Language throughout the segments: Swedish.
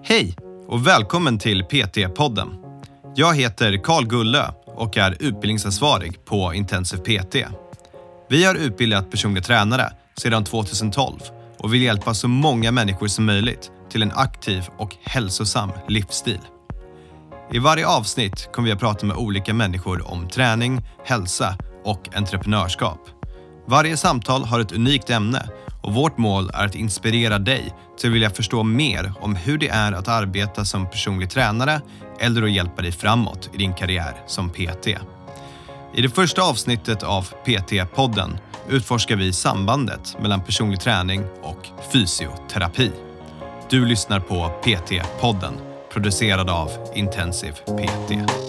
Hej och välkommen till PT-podden. Jag heter Carl Gullö och är utbildningsansvarig på Intensiv PT. Vi har utbildat personliga tränare sedan 2012 och vill hjälpa så många människor som möjligt till en aktiv och hälsosam livsstil. I varje avsnitt kommer vi att prata med olika människor om träning, hälsa och entreprenörskap. Varje samtal har ett unikt ämne och vårt mål är att inspirera dig till att vilja förstå mer om hur det är att arbeta som personlig tränare eller att hjälpa dig framåt i din karriär som PT. I det första avsnittet av PT-podden utforskar vi sambandet mellan personlig träning och fysioterapi. Du lyssnar på PT-podden, producerad av Intensiv PT.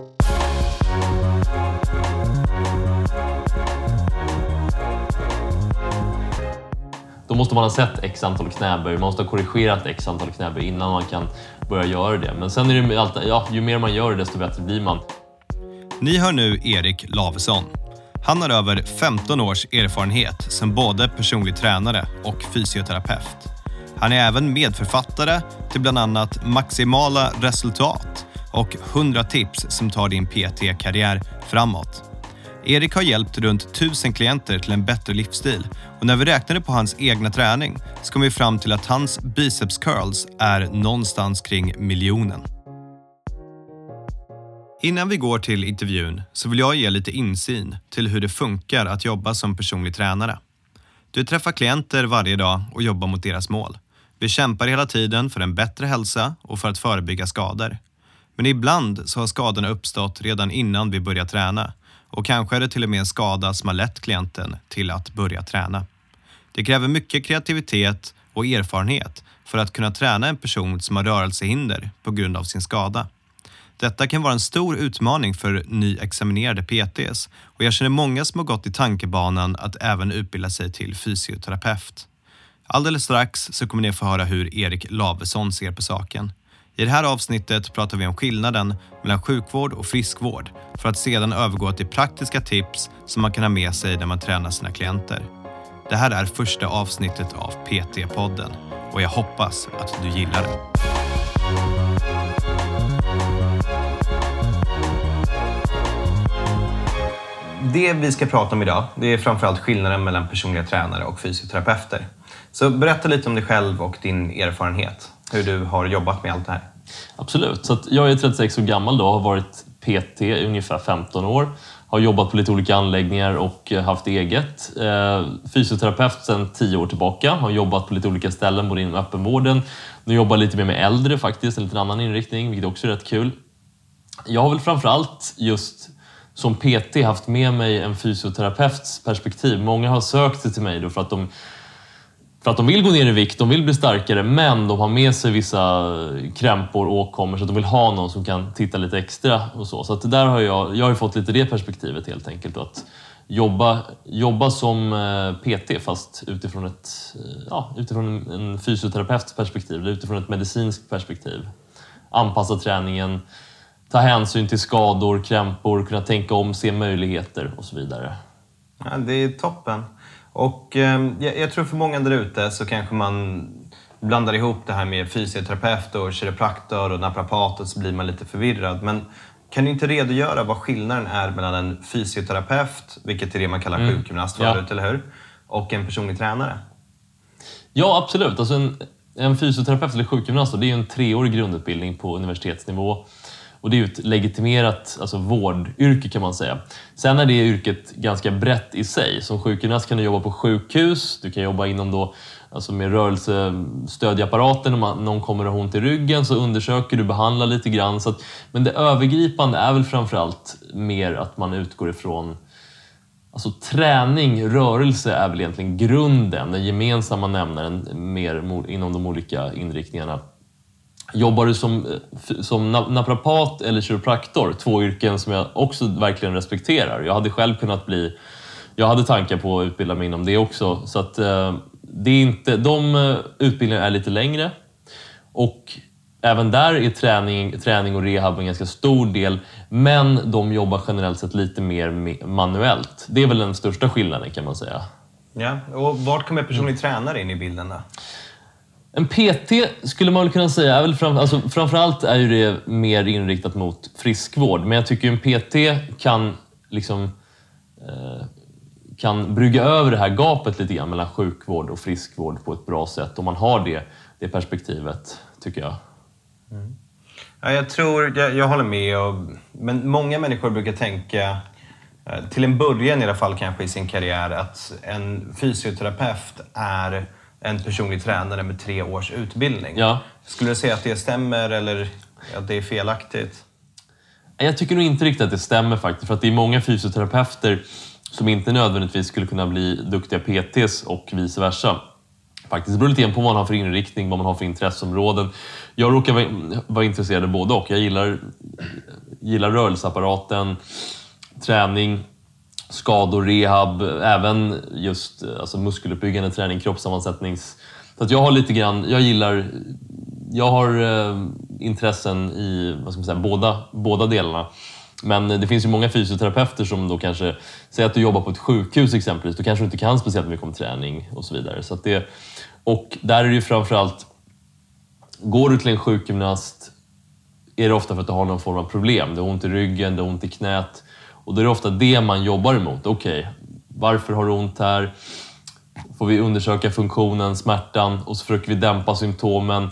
Då måste man ha sett x antal knäböj, man måste ha korrigerat x antal knäböj innan man kan börja göra det. Men sen är det alltid, ju mer man gör det desto bättre blir man. Ni hör nu Erik Lavesson. Han har över 15 års erfarenhet som både personlig tränare och fysioterapeut. Han är även medförfattare till bland annat Maximala resultat och 100 tips som tar din PT-karriär framåt. Erik har hjälpt runt 1000 klienter till en bättre livsstil och när vi räknade på hans egna träning så kom vi fram till att hans biceps curls är någonstans kring 1 miljonen. Innan vi går till intervjun så vill jag ge lite insyn till hur det funkar att jobba som personlig tränare. Du träffar klienter varje dag och jobbar mot deras mål. Vi kämpar hela tiden för en bättre hälsa och för att förebygga skador. Men ibland så har skadorna uppstått redan innan vi börjar träna. Och kanske är det till och med en skada som har lett klienten till att börja träna. Det kräver mycket kreativitet och erfarenhet för att kunna träna en person som har rörelsehinder på grund av sin skada. Detta kan vara en stor utmaning för nyexaminerade PTs och jag känner många som har gått i tankebanan att även utbilda sig till fysioterapeut. Alldeles strax så kommer ni få höra hur Erik Lavesson ser på saken. I det här avsnittet pratar vi om skillnaden mellan sjukvård och friskvård för att sedan övergå till praktiska tips som man kan ha med sig när man tränar sina klienter. Det här är första avsnittet av PT-podden och jag hoppas att du gillar det. Det vi ska prata om idag, det är framförallt skillnaden mellan personliga tränare och fysioterapeuter. Så berätta lite om dig själv och din erfarenhet. Hur du har jobbat med allt det här. Absolut. Så att jag är 36 år gammal då, har varit PT i ungefär 15 år. Har jobbat på lite olika anläggningar och haft eget. Fysioterapeut sedan 10 år tillbaka. Har jobbat på lite olika ställen både inom öppenvården. Nu jobbar lite mer med äldre faktiskt, en lite annan inriktning, vilket också är rätt kul. Jag har väl framförallt just som PT haft med mig en fysioterapeuts perspektiv. Många har sökt sig till mig då för att de vill gå ner i vikt, de vill bli starkare, men de har med sig vissa krämpor och åkommor så att de vill ha någon som kan titta lite extra och så. Så att där har jag har ju fått lite det perspektivet helt enkelt. Att jobba som PT fast utifrån en fysioterapeuts perspektiv, eller utifrån ett medicinskt perspektiv. Anpassa träningen, ta hänsyn till skador, krämpor, kunna tänka om, se möjligheter och så vidare. Ja, det är toppen. Och jag tror för många där ute så kanske man blandar ihop det här med fysioterapeut och kiropraktor och naprapat och så blir man lite förvirrad. Men kan du inte redogöra vad skillnaden är mellan en fysioterapeut, vilket är det man kallar sjukgymnast förut, eller hur? Och en personlig tränare? Ja, absolut. Alltså en fysioterapeut eller sjukgymnast, det är en 3-årig grundutbildning på universitetsnivå. Och det är ju ett legitimerat vårdyrke kan man säga. Sen är det yrket ganska brett i sig. Som sjukgymnast kan du jobba på sjukhus. Du kan jobba inom med rörelsestödjapparaten. Om någon kommer och har ont i ryggen så undersöker du, behandlar lite grann. Men det övergripande är väl framförallt mer att man utgår ifrån träning, rörelse är väl egentligen grunden. Den gemensamma nämnaren mer inom de olika inriktningarna. Jobbar du som naprapat eller kiropraktor, 2 yrken som jag också verkligen respekterar. Jag hade själv jag hade tankar på att utbilda mig inom det också. Så att det är inte, de utbildningarna är lite längre. Och även där är träning och rehab en ganska stor del. Men de jobbar generellt sett lite mer manuellt. Det är väl den största skillnaden kan man säga. Ja, och vart kommer personlig tränare in i bilden då? En PT skulle man väl kunna säga, är väl framförallt är ju det mer inriktat mot friskvård. Men jag tycker en PT kan brygga över det här gapet lite grann mellan sjukvård och friskvård på ett bra sätt. Om man har det perspektivet, tycker jag. Ja, jag håller med. Men många människor brukar tänka, till en början i alla fall kanske i sin karriär, att en fysioterapeut är en personlig tränare med 3 års utbildning. Ja. Skulle du säga att det stämmer eller att det är felaktigt? Jag tycker nog inte riktigt att det stämmer faktiskt. För att det är många fysioterapeuter som inte nödvändigtvis skulle kunna bli duktiga PTs och vice versa. Faktiskt, det beror lite grann på vad man har för inriktning, vad man har för intresseområden. Jag råkar vara intresserad av både och. Jag gillar rörelseapparaten, träning, skador, rehab, även just muskeluppbyggande träning, kroppssammansättnings... Så att jag har lite grann, jag har intressen i båda delarna. Men det finns ju många fysioterapeuter som då kanske säger att du jobbar på ett sjukhus exempelvis. Då kanske du inte kan speciellt mycket om träning och så vidare. Så att och där är det ju framförallt, går du till en sjukgymnast är det ofta för att du har någon form av problem. Du har ont i ryggen, du har ont i knät. Och då är det ofta det man jobbar emot. Okej, varför har du ont här? Får vi undersöka funktionen, smärtan och så försöker vi dämpa symptomen.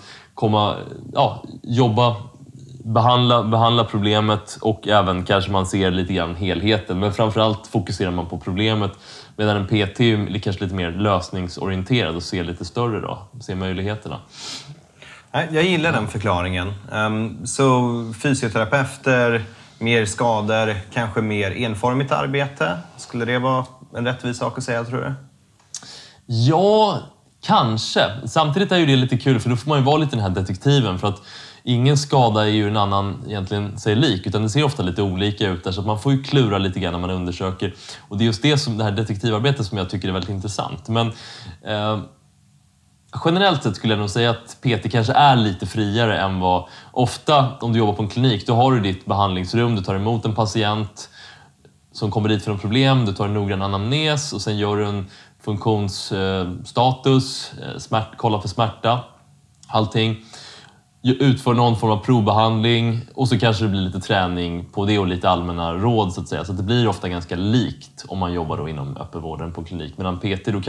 Behandla problemet och även kanske man ser lite grann helheten. Men framförallt fokuserar man på problemet. Medan en PT är kanske lite mer lösningsorienterad och ser lite större då. Ser möjligheterna. Jag gillar den förklaringen. Så fysioterapeuter, mer skador, kanske mer enformigt arbete. Skulle det vara en rättvis sak att säga, tror du? Ja, kanske. Samtidigt är ju det lite kul för då får man ju vara lite den här detektiven för att ingen skada är ju en annan egentligen sig lik utan det ser ofta lite olika ut där så att man får ju klura lite grann när man undersöker och det är just det här detektivarbetet som jag tycker är väldigt intressant. Men generellt sett skulle jag nog säga att PT kanske är lite friare än vad ofta om du jobbar på en klinik. Då har du ditt behandlingsrum, du tar emot en patient som kommer dit för en problem, du tar en noggrann anamnes och sen gör du en funktionsstatus, kolla för smärta, allting. Utför någon form av provbehandling och så kanske det blir lite träning på det och lite allmänna råd så att säga. Så att det blir ofta ganska likt om man jobbar då inom öppenvården på klinik. Medan PT då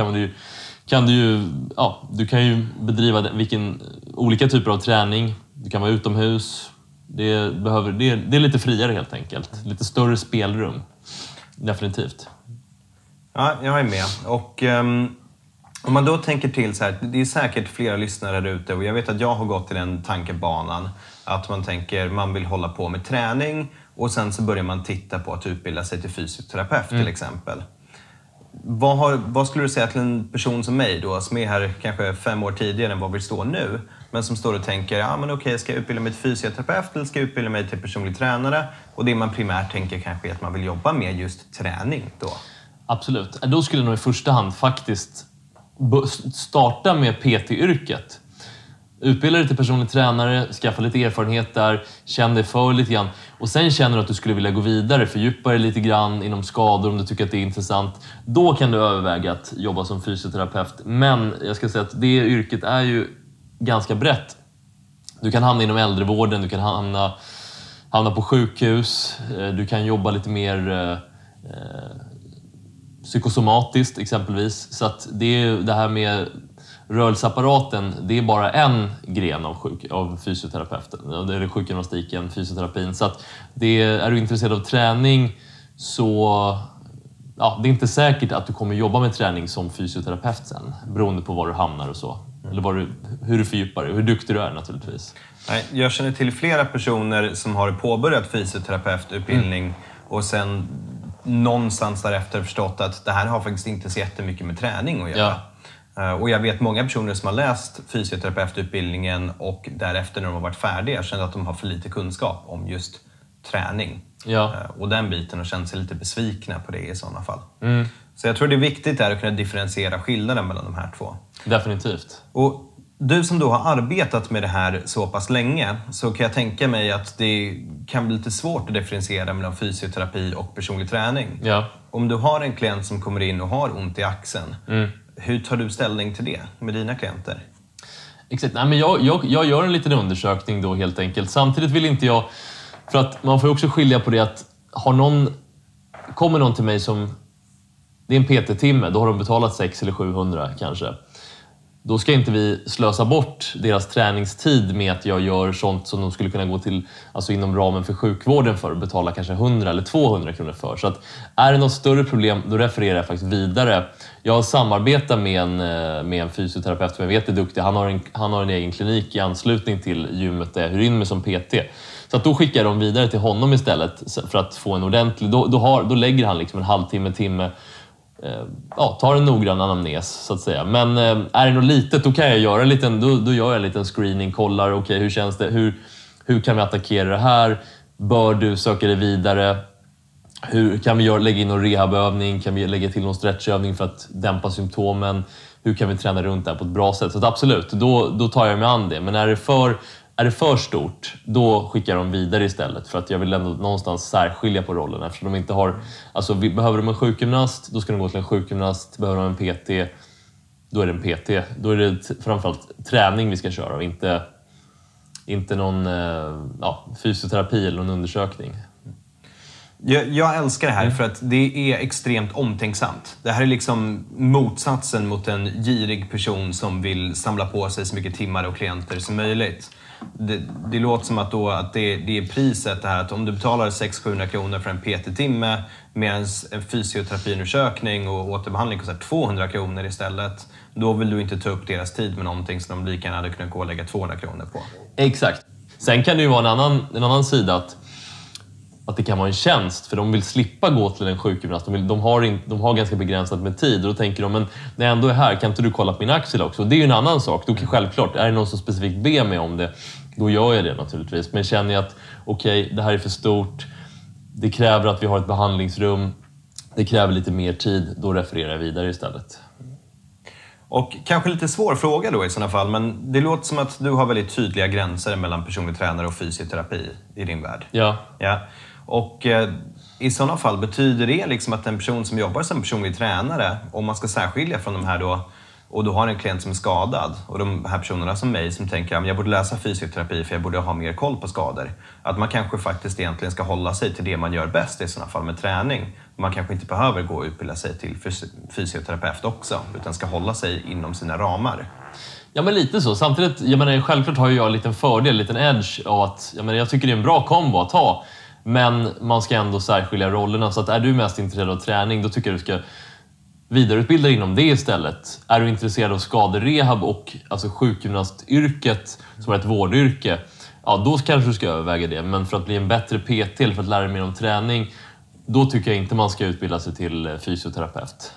du kan ju bedriva olika typer av träning. Du kan vara utomhus. Det är lite friare helt enkelt. Lite större spelrum. Definitivt. Ja, jag är med. Och om man då tänker till så här, det är säkert flera lyssnare där ute och jag vet att jag har gått till den tankebanan att man tänker man vill hålla på med träning och sen så börjar man titta på att utbilda sig till fysioterapeut till exempel. Vad skulle du säga till en person som mig då, som är här kanske 5 år tidigare än vad vi står nu, men som står och tänker, ska jag utbilda mig till fysioterapeut eller ska jag utbilda mig till personlig tränare? Och det man primärt tänker kanske är att man vill jobba med just träning då. Absolut. Då skulle jag nog i första hand faktiskt starta med PT-yrket. Utbilda dig till personlig tränare, skaffa lite erfarenhet där, känn dig för lite grann. Och sen känner du att du skulle vilja gå vidare, fördjupa dig lite grann inom skador om du tycker att det är intressant. Då kan du överväga att jobba som fysioterapeut. Men jag ska säga att det yrket är ju ganska brett. Du kan hamna inom äldrevården, du kan hamna på sjukhus, du kan jobba lite mer psykosomatiskt exempelvis. Så att det här med rörelseapparaten, det är bara en gren av fysioterapeuten. Det är sjukgymnastiken, fysioterapin. Så att är du intresserad av träning så det är inte säkert att du kommer jobba med träning som fysioterapeut sen. Beroende på var du hamnar och så. Eller hur du fördjupar dig, hur duktig du är naturligtvis. Jag känner till flera personer som har påbörjat fysioterapeututbildning och sen någonstans därefter förstått att det här har faktiskt inte så jättemycket med träning att göra. Ja. Och jag vet många personer som har läst fysioterapeututbildningen och därefter när de har varit färdiga känner att de har för lite kunskap om just träning. Ja. Och den biten och känner sig lite besvikna på det i sådana fall. Så jag tror det är viktigt att kunna differentiera skillnaden mellan de här två. Definitivt. Och du som då har arbetat med det här så pass länge så kan jag tänka mig att det kan bli lite svårt att differentiera mellan fysioterapi och personlig träning. Ja. Om du har en klient som kommer in och har ont i axeln, hur tar du ställning till det med dina klienter? Exakt. Nej, men jag gör en liten undersökning då helt enkelt. Samtidigt vill inte jag... För att man får ju också skilja på det att kommer någon till mig som... Det är en PT-timme, då har de betalat 600 eller 700 kanske. Då ska inte vi slösa bort deras träningstid med att jag gör sånt som de skulle kunna gå till, alltså inom ramen för sjukvården för att betala kanske 100 eller 200 kronor för. Så att är det något större problem, då refererar jag faktiskt vidare. Jag samarbetar med en fysioterapeut som jag vet är duktig. Han har en egen klinik i anslutning till gymmet där jag hyr in mig som PT. Så att då skickar jag dem vidare till honom istället för att få en ordentlig... Då lägger han liksom en timme tar en noggrann anamnes så att säga. Men är det något litet, då kan jag göra en liten, då gör jag en liten screening, kollar okej, hur känns det, hur kan vi attackera det här, bör du söka dig vidare, hur kan vi lägga in någon rehabövning, kan vi lägga till någon stretchövning för att dämpa symptomen, hur kan vi träna runt det här på ett bra sätt. Så att absolut, då tar jag mig an det. Men är det för stort, då skickar jag dem vidare istället. För att jag vill ändå någonstans särskilja på rollen. Eftersom de inte har... Alltså, behöver de en sjukgymnast, då ska de gå till en sjukgymnast. Behöver de en PT, då är det en PT. Då är det framförallt träning vi ska köra och inte någon fysioterapi eller någon undersökning. Jag älskar det här för att det är extremt omtänksamt. Det här är liksom motsatsen mot en girig person som vill samla på sig så mycket timmar och klienter som möjligt. Det låter som att det är priset det här att om du betalar 600-700 kronor för en PT-timme medan en fysioterapiundersökning och återbehandling kostar 200 kronor istället, då vill du inte ta upp deras tid med någonting som de lika gärna hade kunnat gå och lägga 200 kronor på. Exakt. Sen kan det ju vara en annan sida att det kan vara en tjänst, för de vill slippa gå till en sjukgymnast. De har ganska begränsat med tid och då tänker de, men när jag ändå är här, kan inte du kolla på min axel också? Och det är ju en annan sak. Då kan självklart, är det någon som specifikt ber mig om det, då gör jag det naturligtvis. Men känner jag att okej, det här är för stort, det kräver att vi har ett behandlingsrum, det kräver lite mer tid, då refererar jag vidare istället. Och kanske lite svår fråga då i sådana fall, men det låter som att du har väldigt tydliga gränser mellan personlig tränare och fysioterapi i din värld. Ja. Och i sådana fall betyder det liksom att en person som jobbar som personlig tränare, om man ska särskilja från de här då, och du har en klient som är skadad och de här personerna som mig som tänker att jag borde läsa fysioterapi för jag borde ha mer koll på skador. Att man kanske faktiskt egentligen ska hålla sig till det man gör bäst i sådana fall med träning. Man kanske inte behöver gå och utbilda sig till fysioterapeut också, utan ska hålla sig inom sina ramar. Ja, men lite så. Samtidigt, självklart har jag en liten fördel, en liten edge av att jag tycker det är en bra kombo att ha. Men man ska ändå särskilja rollerna. Så att är du mest intresserad av träning, då tycker jag du ska vidareutbilda inom det istället. Är du intresserad av skaderehab och alltså sjukgymnastyrket som är ett vårdyrke, då kanske du ska överväga det. Men för att bli en bättre PT eller för att lära dig mer om träning, då tycker jag inte man ska utbilda sig till fysioterapeut.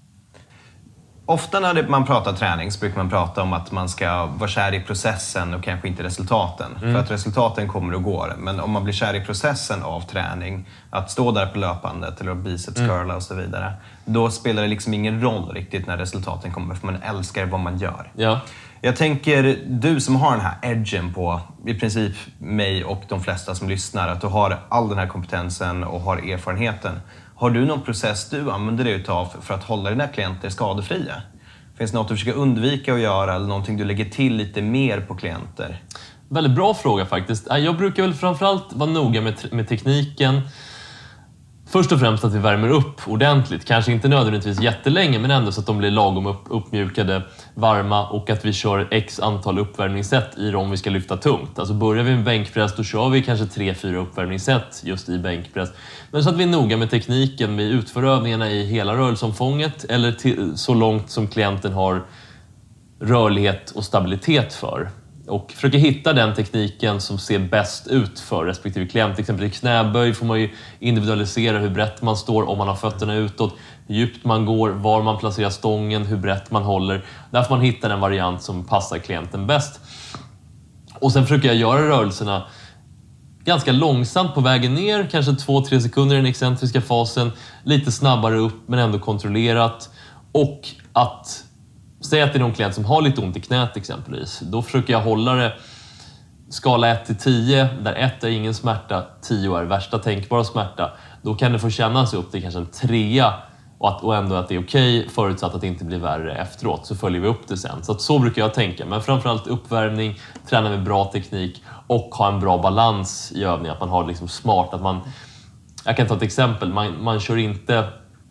Ofta när man pratar träning så brukar man prata om att man ska vara kär i processen och kanske inte resultaten. För att resultaten kommer och går. Men om man blir kär i processen av träning, att stå där på löpandet eller biceps curla och så vidare, då spelar det liksom ingen roll riktigt när resultaten kommer, för man älskar vad man gör. Ja. Jag tänker, du som har den här edgen på i princip mig och de flesta som lyssnar, att du har all den här kompetensen och har erfarenheten. Har du någon process du använder dig utav för att hålla dina klienter skadefria? Finns det något du försöker undvika att göra eller någonting du lägger till lite mer på klienter? Väldigt bra fråga faktiskt. Jag brukar väl framförallt vara noga med tekniken. Först och främst att vi värmer upp ordentligt. Kanske inte nödvändigtvis jättelänge, men ändå så att de blir lagom uppmjukade, varma, och att vi kör x antal uppvärmningssätt i dem vi ska lyfta tungt. Alltså börjar vi med bänkpress, då kör vi kanske 3-4 uppvärmningssätt just i bänkpress. Men så att vi är noga med tekniken, vi utför övningarna i hela rörelseomfånget eller så långt som klienten har rörlighet och stabilitet för. Och försöka hitta den tekniken som ser bäst ut för respektive klient. Till exempel i knäböj får man ju individualisera hur brett man står, om man har fötterna utåt, hur djupt man går, var man placerar stången, hur brett man håller. Där får man hitta den variant som passar klienten bäst. Och sen försöker jag göra rörelserna ganska långsamt på vägen ner, kanske 2-3 sekunder i den excentriska fasen, lite snabbare upp men ändå kontrollerat. Och att säg att det är någon klient som har lite ont i knät exempelvis. Då försöker jag hålla det skala 1-10, där 1 är ingen smärta, 10 är värsta tänkbara smärta. Då kan det få kännas upp till kanske en 3 och ändå att det är okej, förutsatt att det inte blir värre efteråt, så följer vi upp det sen. Så brukar jag tänka, men framförallt uppvärmning, träna med bra teknik och ha en bra balans i övningen, att man har liksom smart, att man, jag kan ta ett exempel, man kör inte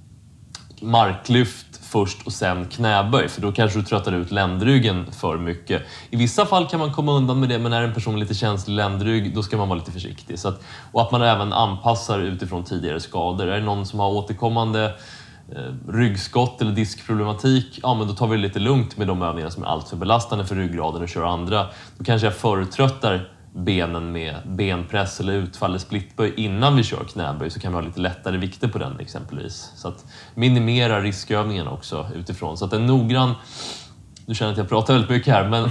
marklyft först och sen knäböj, för då kanske du tröttar ut ländryggen för mycket. I vissa fall kan man komma undan med det, men är en person lite känslig ländrygg, då ska man vara lite försiktig. Och att man även anpassar utifrån tidigare skador. Är det någon som har återkommande ryggskott eller diskproblematik, ja men då tar vi det lite lugnt med de övningar som är allt för belastande för ryggraden och kör andra. Då kanske jag förtröttar benen med benpress eller utfall eller splitböj innan vi kör knäböj, så kan vi ha lite lättare vikter på den exempelvis. Så att minimera riskövningen också utifrån. Så att en noggrann, du känner att jag pratar väldigt mycket här,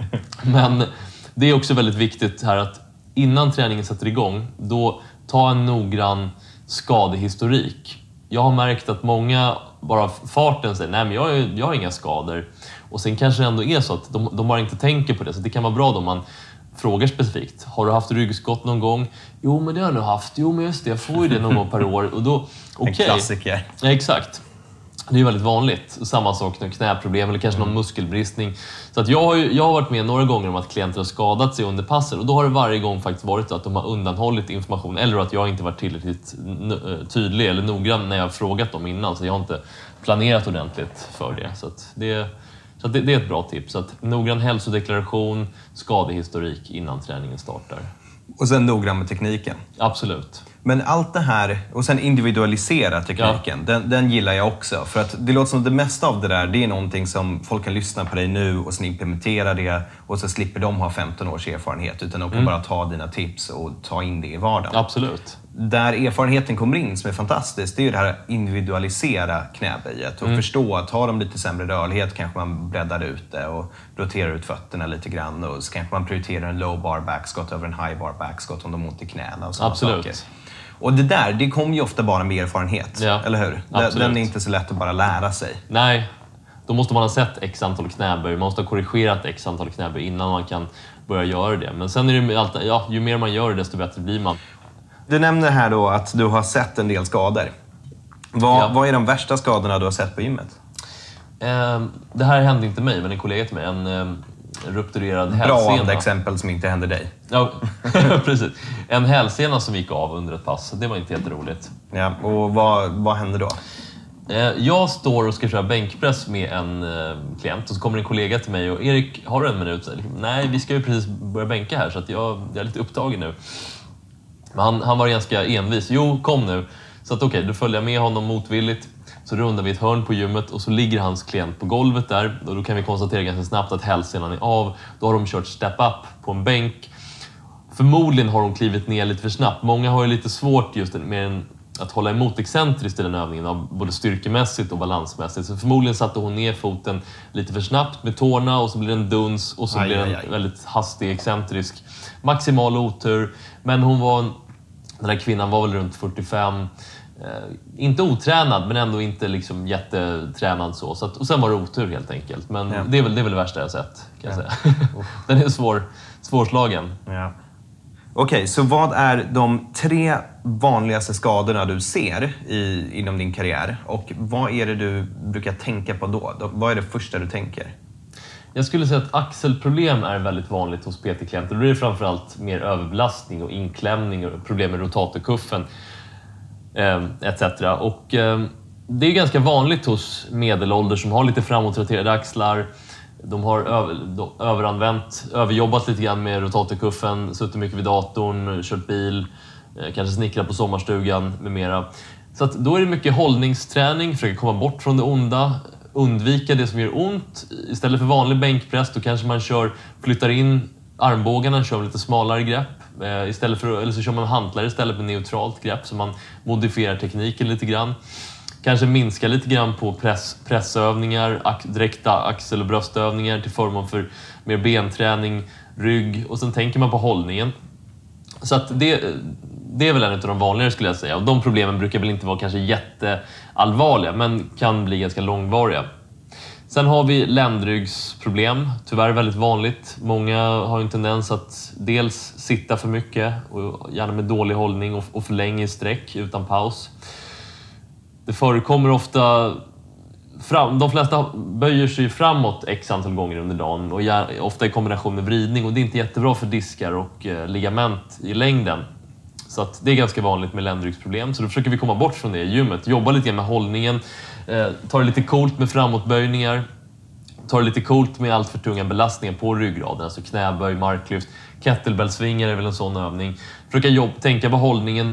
men det är också väldigt viktigt här att innan träningen sätter igång, då ta en noggrann skadehistorik. Jag har märkt att många bara farten säger nej men jag har inga skador, och sen kanske det ändå är så att de bara inte tänker på det. Så det kan vara bra då man frågar specifikt. Har du haft ryggskott någon gång? Jo, men det har jag nog haft. Jo, men just det, jag får ju det någon gång per år. Och då, En klassiker. Ja, exakt. Det är väldigt vanligt. Samma sak med knäproblem eller kanske någon muskelbristning. Så att jag har varit med några gånger om att klienter har skadat sig under passer. Och då har det varje gång faktiskt varit så att de har undanhållit information. Eller att jag inte varit tillräckligt tydlig eller noggrann när jag har frågat dem innan. Så jag har inte planerat ordentligt för det. Så det är ett bra tips. Så att noggrann hälsodeklaration, skadehistorik innan träningen startar. Och sen noggrann med tekniken. Absolut. Men allt det här, och sen individualisera tekniken, den gillar jag också. För att det låter som det mesta av det där, det är någonting som folk kan lyssna på dig nu och sen implementera det. Och så slipper de ha 15 års erfarenhet, utan de kan bara ta dina tips och ta in det i vardagen. Absolut. Där erfarenheten kommer in som är fantastiskt, det är ju det här individualisera knäböjet. Och förstå att har de lite sämre rörlighet kanske man breddar ut det och roterar ut fötterna lite grann. Och så kanske man prioriterar en low bar backskott över en high bar backskott om de har ont i knäna och sådana saker. Och det där, det kommer ju ofta bara med erfarenhet, eller hur? Den är inte så lätt att bara lära sig. Nej, då måste man ha sett x antal knäböj. Man måste ha korrigerat x antal knäböj innan man kan börja göra det. Men sen är det alltid, ju mer man gör det, desto bättre blir man. Du nämner här då att du har sett en del skador. Vad är de värsta skadorna du har sett på gymmet? Det här hände inte mig, men en kollega till mig. En rupturerad hälsena. Bra exempel som inte händer dig. Ja, precis. En hälsena som gick av under ett pass. Det var inte helt roligt. Ja, och vad hände då? Jag står och ska köra bänkpress med en klient och så kommer en kollega till mig och Erik, har du en minut? Nej, vi ska ju precis börja bänka här så att jag är lite upptagen nu. Men han var ganska envis. Jo, kom nu. Så att okej, då följer jag med honom motvilligt. Så rundar vi ett hörn på gymmet och så ligger hans klient på golvet där. Och då kan vi konstatera ganska snabbt att hälsenan är av. Då har de kört step up på en bänk. Förmodligen har de klivit ner lite för snabbt. Många har ju lite svårt just med att hålla emot excentriskt i den övningen, både styrkemässigt och balansmässigt. Så förmodligen satte hon ner foten lite för snabbt med tårna och så blir det en duns och så blir det en väldigt hastig excentrisk. Maximal otur, men den här kvinnan var väl runt 45. Inte otränad, men ändå inte liksom jättetränad så. Och sen var det otur helt enkelt. Men det är väl det värsta jag sett, kan jag säga. Den är svårslagen. Ja. Okej, så vad är de 3 vanligaste skadorna du ser inom din karriär? Och vad är det du brukar tänka på då? Vad är det första du tänker? Jag skulle säga att axelproblem är väldigt vanligt hos PT-klienter. Då är det framförallt mer överbelastning och inklämning och problem med rotatorkuffen etc. Och det är ganska vanligt hos medelålder som har lite framåtroterade axlar. De har överjobbat lite grann med rotatorkuffen, suttit mycket vid datorn, kört bil, kanske snickrat på sommarstugan med mera. Så att då är det mycket hållningsträning, försöka komma bort från det onda, undvika det som gör ont. Istället för vanlig bänkpress då kanske man flyttar in armbågarna, kör lite smalare grepp. Eller så kör man hantlar istället med neutralt grepp så man modifierar tekniken lite grann. Kanske minska lite grann på pressövningar, direkta axel- och bröstövningar till förmån för mer benträning, rygg och sen tänker man på hållningen. Så att det är väl en av de vanligare skulle jag säga. Och de problemen brukar väl inte vara kanske jätteallvarliga men kan bli ganska långvariga. Sen har vi ländryggsproblem, tyvärr väldigt vanligt. Många har en tendens att dels sitta för mycket och gärna med dålig hållning och för länge i sträck utan paus. Det förekommer ofta... De flesta böjer sig framåt x antal gånger under dagen och ofta i kombination med vridning, och det är inte jättebra för diskar och ligament i längden. Så att det är ganska vanligt med ländryggsproblem, så då försöker vi komma bort från det i gymmet. Jobba lite med hållningen, ta det lite coolt med framåtböjningar, ta det lite coolt med allt för tunga belastningar på ryggraden, alltså knäböj, marklyft, kettlebellsvingar är väl en sån övning. Försöka tänka på hållningen,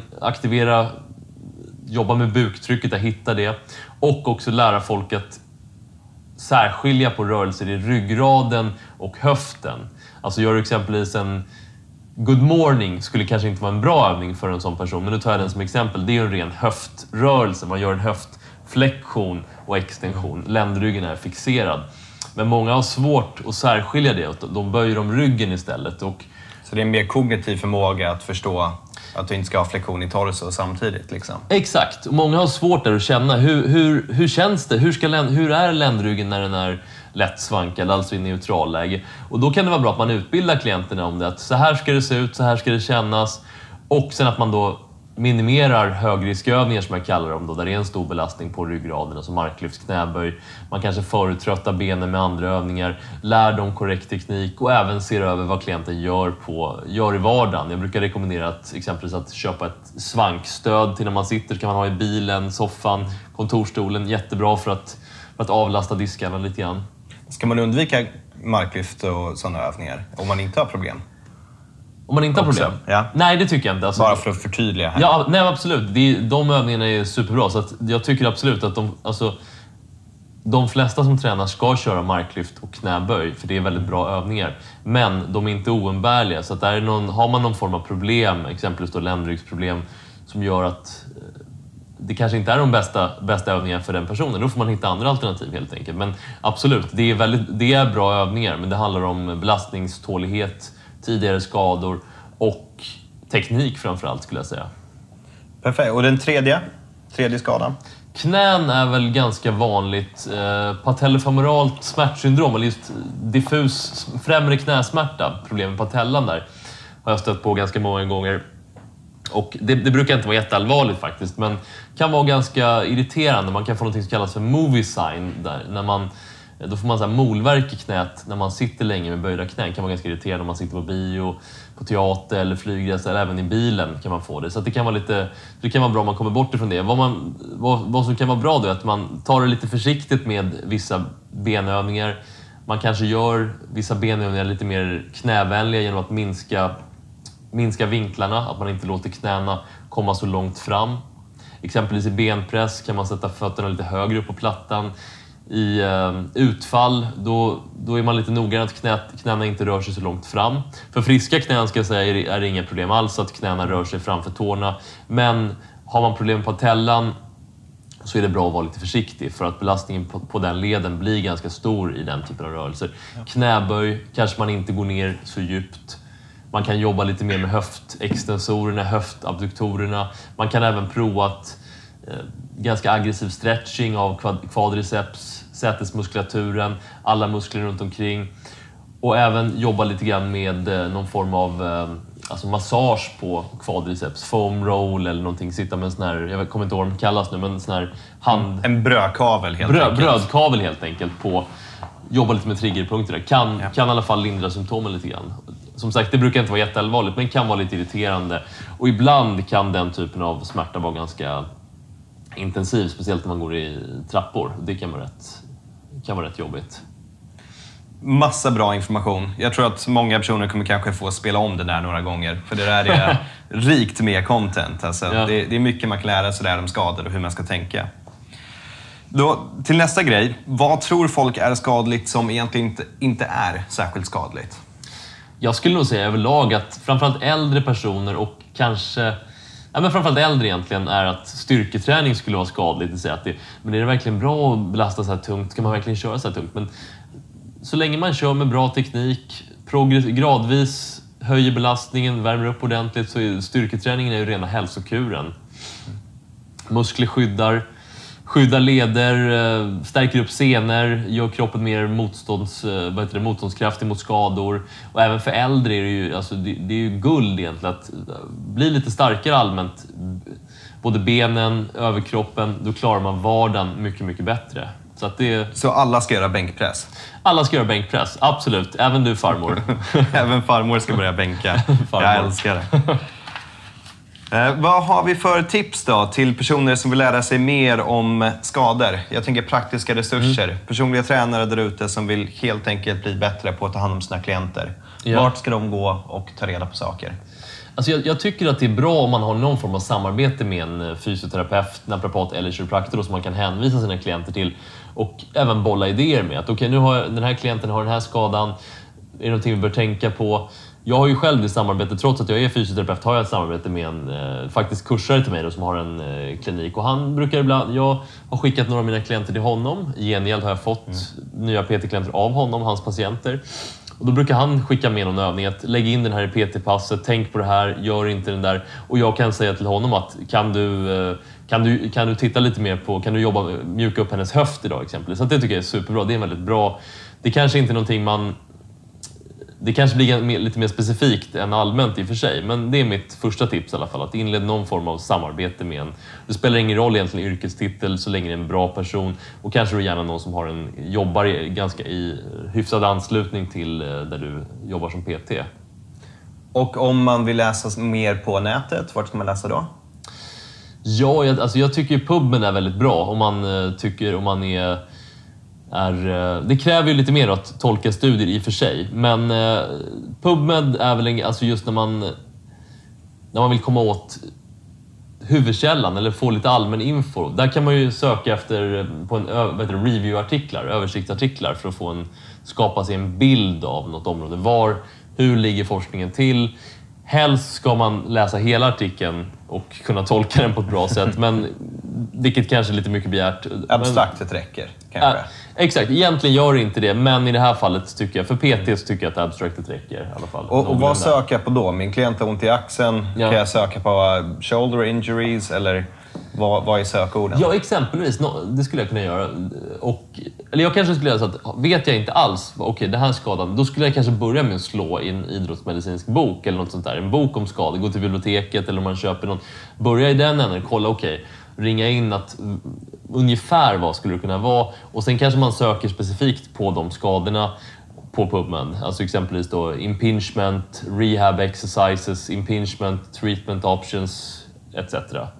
jobba med buktrycket, att hitta det, och också lära folk att särskilja på rörelser i ryggraden och höften. Alltså gör du exempelvis en good morning skulle kanske inte vara en bra övning för en sån person, men nu tar jag den som exempel. Det är ju en ren höftrörelse, man gör en höftflexion och extension. Ländryggen är fixerad. Men många har svårt att särskilja det, och de böjer om ryggen istället. Så det är en mer kognitiv förmåga att förstå att du inte ska ha flexion i torso samtidigt liksom. Exakt. Många har svårt där att känna hur känns det? Hur är ländryggen när den är lätt svankad, alltså i neutralläge? Och då kan det vara bra att man utbildar klienterna om det. Att så här ska det se ut, så här ska det kännas. Och sen att man då minimerar högriskövningar, som jag kallar dem då, där det är en stor belastning på ryggraden, alltså marklyft, knäböj. Man kanske förtröttar benen med andra övningar, lär dem korrekt teknik och även ser över vad klienten gör i vardagen. Jag brukar rekommendera exempelvis att köpa ett svankstöd till när man sitter. Kan man ha i bilen, soffan, kontorstolen. Jättebra för att avlasta diskarna lite grann. Ska man undvika marklyft och sådana övningar om man inte har problem? Om man inte har problem? Ja. Nej, det tycker jag inte. Alltså, bara för att förtydliga här. Ja, nej, absolut. De övningarna är superbra. Så att jag tycker absolut att de flesta som tränar ska köra marklyft och knäböj, för det är väldigt bra övningar. Men de är inte oumbärliga. Så att har man någon form av problem, exempelvis då ländryggsproblem, som gör att det kanske inte är de bästa övningarna för den personen, då får man hitta andra alternativ helt enkelt. Men absolut, det är bra övningar, men det handlar om belastningstålighet, tidigare skador och teknik framförallt, skulle jag säga. Perfekt. Och den tredje skadan? Knän är väl ganska vanligt. Patellofemoralt smärtsyndrom, eller just diffus främre knäsmärta, problem med patellan där, har jag stött på ganska många gånger. Och det brukar inte vara jätteallvarligt faktiskt, men kan vara ganska irriterande. Man kan få något som kallas för movie sign, där då får man så här molvärk i knät när man sitter länge med böjda knän. Kan vara ganska irriterande om man sitter på bio, på teater eller flygresa, eller även i bilen kan man få det. Så att det kan vara bra om man kommer bort ifrån det. Vad som kan vara bra då är att man tar det lite försiktigt med vissa benövningar. Man kanske gör vissa benövningar lite mer knävänliga genom att minska vinklarna, att man inte låter knäna komma så långt fram. Exempelvis i benpress kan man sätta fötterna lite högre upp på plattan. I utfall, då är man lite noga att knäna inte rör sig så långt fram. För friska knän ska jag säga är det inga problem alls att knäna rör sig framför tårna. Men har man problem på patellan så är det bra att vara lite försiktig, för att belastningen på den leden blir ganska stor i den typen av rörelser. Ja. Knäböj kanske man inte går ner så djupt. Man kan jobba lite mer med höftextensorerna, höftabduktorerna. Man kan även prova ganska aggressiv stretching av quadriceps, sätesmuskulaturen, alla muskler runt omkring. Och även jobba lite grann med någon form av massage på quadriceps, foam roll eller någonting. Sitta med en sån här, jag kommer inte ihåg vad de kallas nu, men en sån här en brödkavel helt enkelt. Brödkavel helt enkelt. Jobba lite med triggerpunkter där. Kan i alla fall lindra symptomen lite grann. Som sagt, det brukar inte vara jätteallvarligt, men kan vara lite irriterande. Och ibland kan den typen av smärta vara ganska intensiv, speciellt när man går i trappor. Det kan vara rätt jobbigt. Massa bra information. Jag tror att många personer kommer kanske få spela om det där några gånger. För det där är rikt med content. Alltså, ja. Det är mycket man kan lära sig där om skador och hur man ska tänka. Då, till nästa grej. Vad tror folk är skadligt som egentligen inte är särskilt skadligt? Jag skulle nog säga överlag att framförallt äldre personer och kanske... Ja, men framförallt äldre egentligen är att styrketräning skulle vara skadligt. Det säga att men är det verkligen bra att belasta så här tungt? Ska man verkligen köra så här tungt? Men så länge man kör med bra teknik, gradvis höjer belastningen, värmer upp ordentligt, så är styrketräningen är ju rena hälsokuren. Muskler skyddar leder, stärker upp senor, gör kroppen mer motståndskraftig mot skador. Och även för äldre är det ju, det är ju guld egentligen att bli lite starkare allmänt. både benen, överkroppen, då klarar man vardagen mycket, mycket bättre. Så alla ska göra bänkpress? Alla ska göra bänkpress, absolut. Även du farmor. Även farmor ska börja bänka. Jag älskar det. Vad har vi för tips då till personer som vill lära sig mer om skador? Jag tänker praktiska resurser. Personliga tränare där ute som vill helt enkelt bli bättre på att ta hand om sina klienter. Ja. Vart ska de gå och ta reda på saker? Alltså jag tycker att det är bra om man har någon form av samarbete med en fysioterapeut, naprapat eller kiropraktor som man kan hänvisa sina klienter till och även bolla idéer med. Att okej, nu har den här klienten har den här skadan, är det någonting vi bör tänka på? Jag har ju själv det samarbete, trots att jag är fysioterapeut har jag ett samarbete med en faktiskt kursare till mig då, som har en klinik. Och han brukar ibland, jag har skickat några av mina klienter till honom. I gengäld har jag fått nya PT-klienter av honom, hans patienter. Och då brukar han skicka med någon övning att lägga in den här i PT-passet, tänk på det här, gör inte den där. Och jag kan säga till honom att kan du titta lite mer på, kan du mjuka upp hennes höft idag exempelvis. Så det tycker jag är superbra, det är väldigt bra. Det kanske inte är någonting det kanske blir lite mer specifikt än allmänt i och för sig, men det är mitt första tips i alla fall, att inleda någon form av samarbete med en. Det spelar ingen roll egentligen yrkestitel så länge det är en bra person och kanske gärna någon som jobbar ganska i hyfsad anslutning till där du jobbar som PT. Och om man vill läsa mer på nätet, vart ska man läsa då? Ja, jag tycker PubMed är väldigt bra om man det kräver ju lite mer att tolka studier i och för sig, men PubMed är väl just när man vill komma åt huvudkällan eller få lite allmän info. Där kan man ju söka efter på review-artiklar, översiktsartiklar för att skapa sig en bild av något område. Hur ligger forskningen till? Helst ska man läsa hela artikeln och kunna tolka den på ett bra sätt, men vilket kanske är lite mycket begärt. Abstraktet räcker kanske. Exakt, egentligen gör det inte det, men i det här fallet tycker jag, för PT så tycker jag att abstraktet räcker i alla fall. Och vad söker jag på då? Min klient har ont i axeln, kan jag söka på shoulder injuries eller vad är sökorden? Ja, exempelvis, det skulle jag kunna göra. Eller jag kanske skulle göra så att, vet jag inte alls, okej, det här är skadan, då skulle jag kanske börja med att slå i en idrottsmedicinsk bok eller något sånt där. En bok om skador, gå till biblioteket eller om man köper någon. Börja i den änden, kolla, ringa in att ungefär vad skulle det kunna vara. Och sen kanske man söker specifikt på de skadorna på PubMed. Alltså exempelvis då impingement, rehab exercises, impingement, treatment options, etc.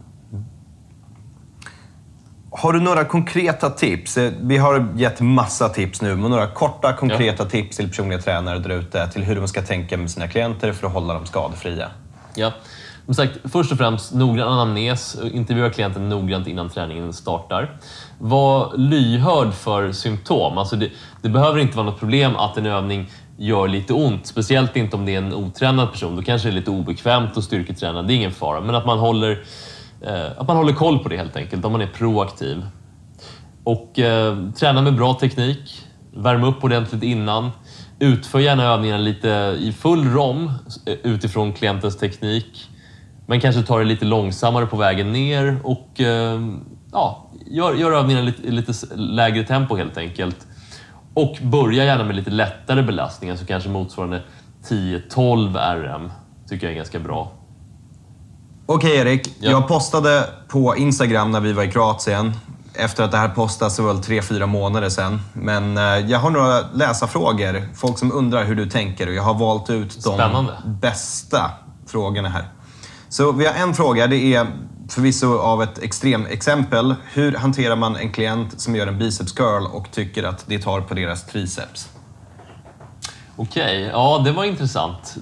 Har du några konkreta tips? Vi har gett massa tips nu, men några korta konkreta tips till personliga tränare där ute till hur de ska tänka med sina klienter för att hålla dem skadefria. Ja, som sagt, först och främst noggrann anamnes. Intervjua klienten noggrant innan träningen startar. Var lyhörd för symptom. Alltså det behöver inte vara något problem att en övning gör lite ont. Speciellt inte om det är en otränad person. Då kanske det är lite obekvämt att styrketräna. Det är ingen fara. Men att man håller koll på det helt enkelt. Om man är proaktiv. Och träna med bra teknik. Värm upp ordentligt innan. Utför gärna övningarna lite i full rom utifrån klientens teknik. Men kanske tar det lite långsammare på vägen ner. Och gör övningarna i lite lägre tempo helt enkelt. Och börja gärna med lite lättare belastningar. Så kanske motsvarande 10-12 RM tycker jag är ganska bra. Okej, Erik, jag postade på Instagram när vi var i Kroatien. Efter att det här postas så var det 3-4 månader sedan. Men jag har några läsarfrågor. Folk som undrar hur du tänker. Och jag har valt ut de bästa frågorna här. Så vi har en fråga. Det är förvisso av ett extrem exempel. Hur hanterar man en klient som gör en biceps curl och tycker att det tar på deras triceps? Okej, ja det var intressant.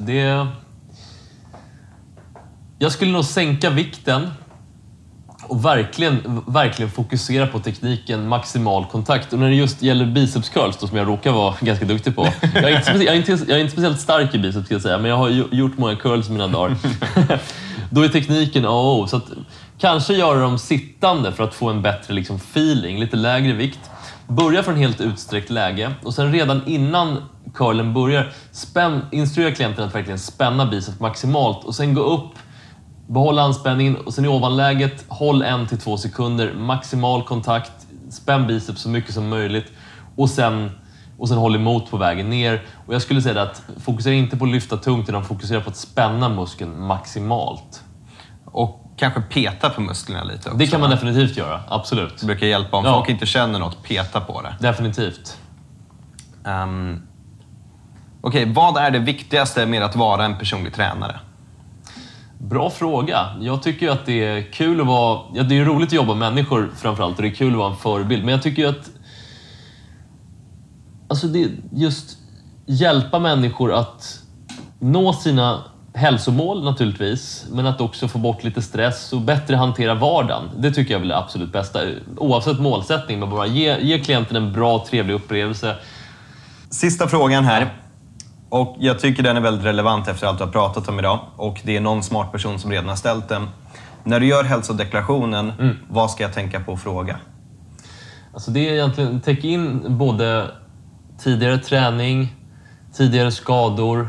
Jag skulle nog sänka vikten och verkligen fokusera på tekniken maximal kontakt. Och när det just gäller biceps curls då, som jag råkar vara ganska duktig på. Jag är inte speciellt stark i biceps ska jag säga, men jag har gjort många curls i mina dagar. Då är tekniken så att kanske göra dem sittande för att få en bättre feeling, lite lägre vikt. Börja från helt utsträckt läge och sen redan innan curlen börjar instruera klienten att verkligen spänna biceps maximalt och sen gå upp, behålla anspänningen och sen i ovanläget håll 1-2 sekunder, maximal kontakt, spänn biceps så mycket som möjligt och sen håll emot på vägen ner. Och jag skulle säga att fokusera inte på att lyfta tungt utan fokusera på att spänna muskeln maximalt. Och kanske peta på musklerna lite också. Det kan man definitivt göra, absolut. Det brukar hjälpa om folk inte känner något, peta på det. Definitivt. Okej, vad är det viktigaste med att vara en personlig tränare? Bra fråga. Jag tycker att det är kul att vara... Ja, det är roligt att jobba med människor framförallt och det är kul att vara en förebild. Men jag tycker att... Alltså det just hjälpa människor att nå sina hälsomål naturligtvis. Men att också få bort lite stress och bättre hantera vardagen. Det tycker jag är det absolut bästa. Oavsett målsättning, men bara ge klienten en bra, trevlig upplevelse. Sista frågan här. Och jag tycker den är väldigt relevant efter allt du har pratat om idag. Och det är någon smart person som redan har ställt den. När du gör hälsodeklarationen, vad ska jag tänka på att fråga? Alltså det är egentligen täcka in både tidigare träning, tidigare skador,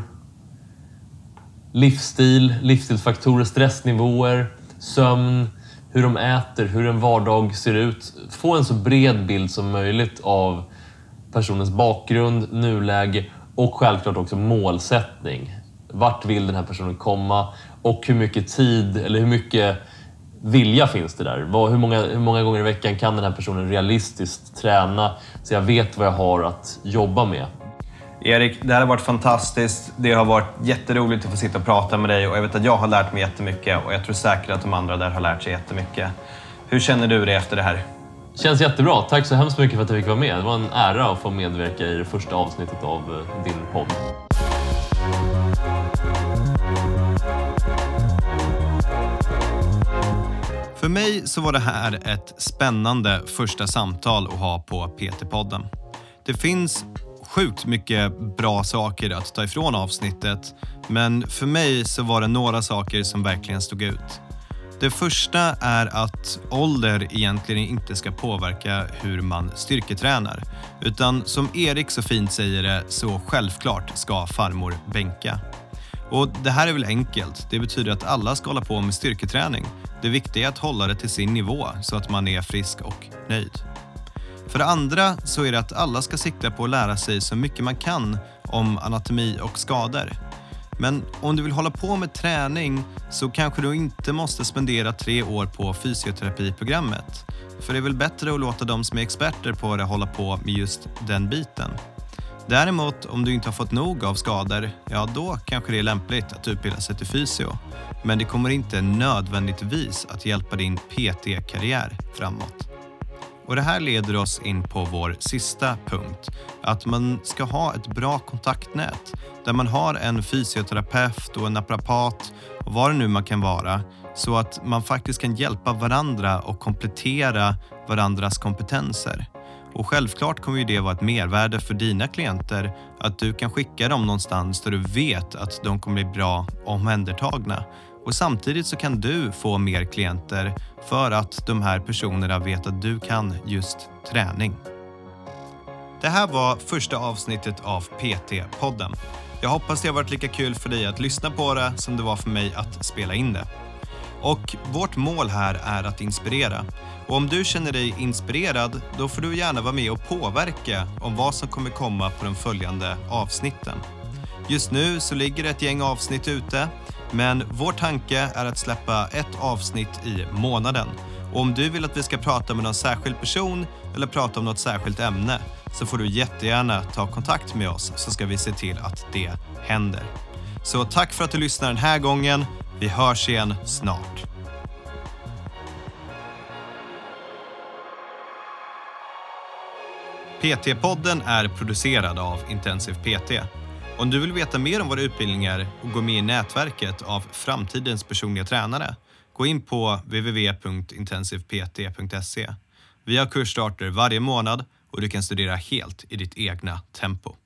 livsstilsfaktorer, stressnivåer, sömn, hur de äter, hur en vardag ser ut. Få en så bred bild som möjligt av personens bakgrund, nuläge och självklart också målsättning. Vart vill den här personen komma och hur mycket tid eller hur mycket vilja finns det där? Hur många gånger i veckan kan den här personen realistiskt träna så jag vet vad jag har att jobba med? Erik, det här har varit fantastiskt. Det har varit jätteroligt att få sitta och prata med dig och jag vet att jag har lärt mig jättemycket och jag tror säkert att de andra där har lärt sig jättemycket. Hur känner du dig efter det här? Känns jättebra. Tack så hemskt mycket för att jag fick vara med. Det var en ära att få medverka i det första avsnittet av din podd. För mig så var det här ett spännande första samtal att ha på PT-podden. Det finns sjukt mycket bra saker att ta ifrån avsnittet, men för mig så var det några saker som verkligen stod ut. Det första är att ålder egentligen inte ska påverka hur man styrketränar. Utan som Erik så fint säger det, så självklart ska farmor bänka. Och det här är väl enkelt. Det betyder att alla ska hålla på med styrketräning. Det viktiga är att hålla det till sin nivå så att man är frisk och nöjd. För det andra så är det att alla ska sikta på att lära sig så mycket man kan om anatomi och skador. Men om du vill hålla på med träning så kanske du inte måste spendera 3 år på fysioterapiprogrammet. För det är väl bättre att låta de som är experter på det hålla på med just den biten. Däremot om du inte har fått nog av skador, ja då kanske det är lämpligt att utbilda sig till fysio. Men det kommer inte nödvändigtvis att hjälpa din PT-karriär framåt. Och det här leder oss in på vår sista punkt. Att man ska ha ett bra kontaktnät. Där man har en fysioterapeut och en naprapat och vad det nu man kan vara. Så att man faktiskt kan hjälpa varandra och komplettera varandras kompetenser. Och självklart kommer ju det vara ett mervärde för dina klienter. Att du kan skicka dem någonstans där du vet att de kommer bli bra omhändertagna. Och samtidigt så kan du få mer klienter för att de här personerna vet att du kan just träning. Det här var första avsnittet av PT-podden. Jag hoppas det har varit lika kul för dig att lyssna på det som det var för mig att spela in det. Och vårt mål här är att inspirera. Och om du känner dig inspirerad, då får du gärna vara med och påverka om vad som kommer komma på de följande avsnitten. Just nu så ligger det ett gäng avsnitt ute, men vår tanke är att släppa ett avsnitt i månaden. Och om du vill att vi ska prata med någon särskild person eller prata om något särskilt ämne så får du jättegärna ta kontakt med oss så ska vi se till att det händer. Så tack för att du lyssnar den här gången. Vi hörs igen snart. PT-podden är producerad av Intensiv PT. Om du vill veta mer om våra utbildningar och gå med i nätverket av framtidens personliga tränare, gå in på www.intensivpt.se. Vi har kursstarter varje månad och du kan studera helt i ditt egna tempo.